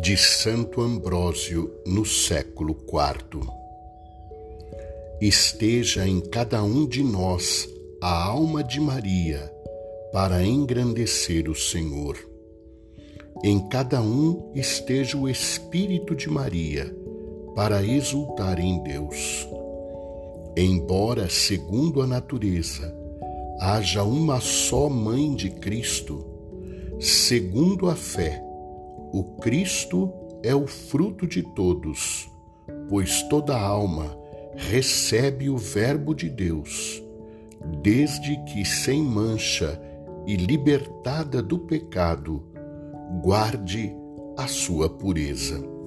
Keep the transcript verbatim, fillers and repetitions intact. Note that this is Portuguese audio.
de Santo Ambrósio no século quarto. Esteja em cada um de nós a alma de Maria para engrandecer o Senhor. Em cada um esteja o Espírito de Maria para exultar em Deus. Embora, segundo a natureza, haja uma só mãe de Cristo, segundo a fé, o Cristo é o fruto de todos, pois toda alma recebe o Verbo de Deus, desde que sem mancha e libertada do pecado, guarde a sua pureza.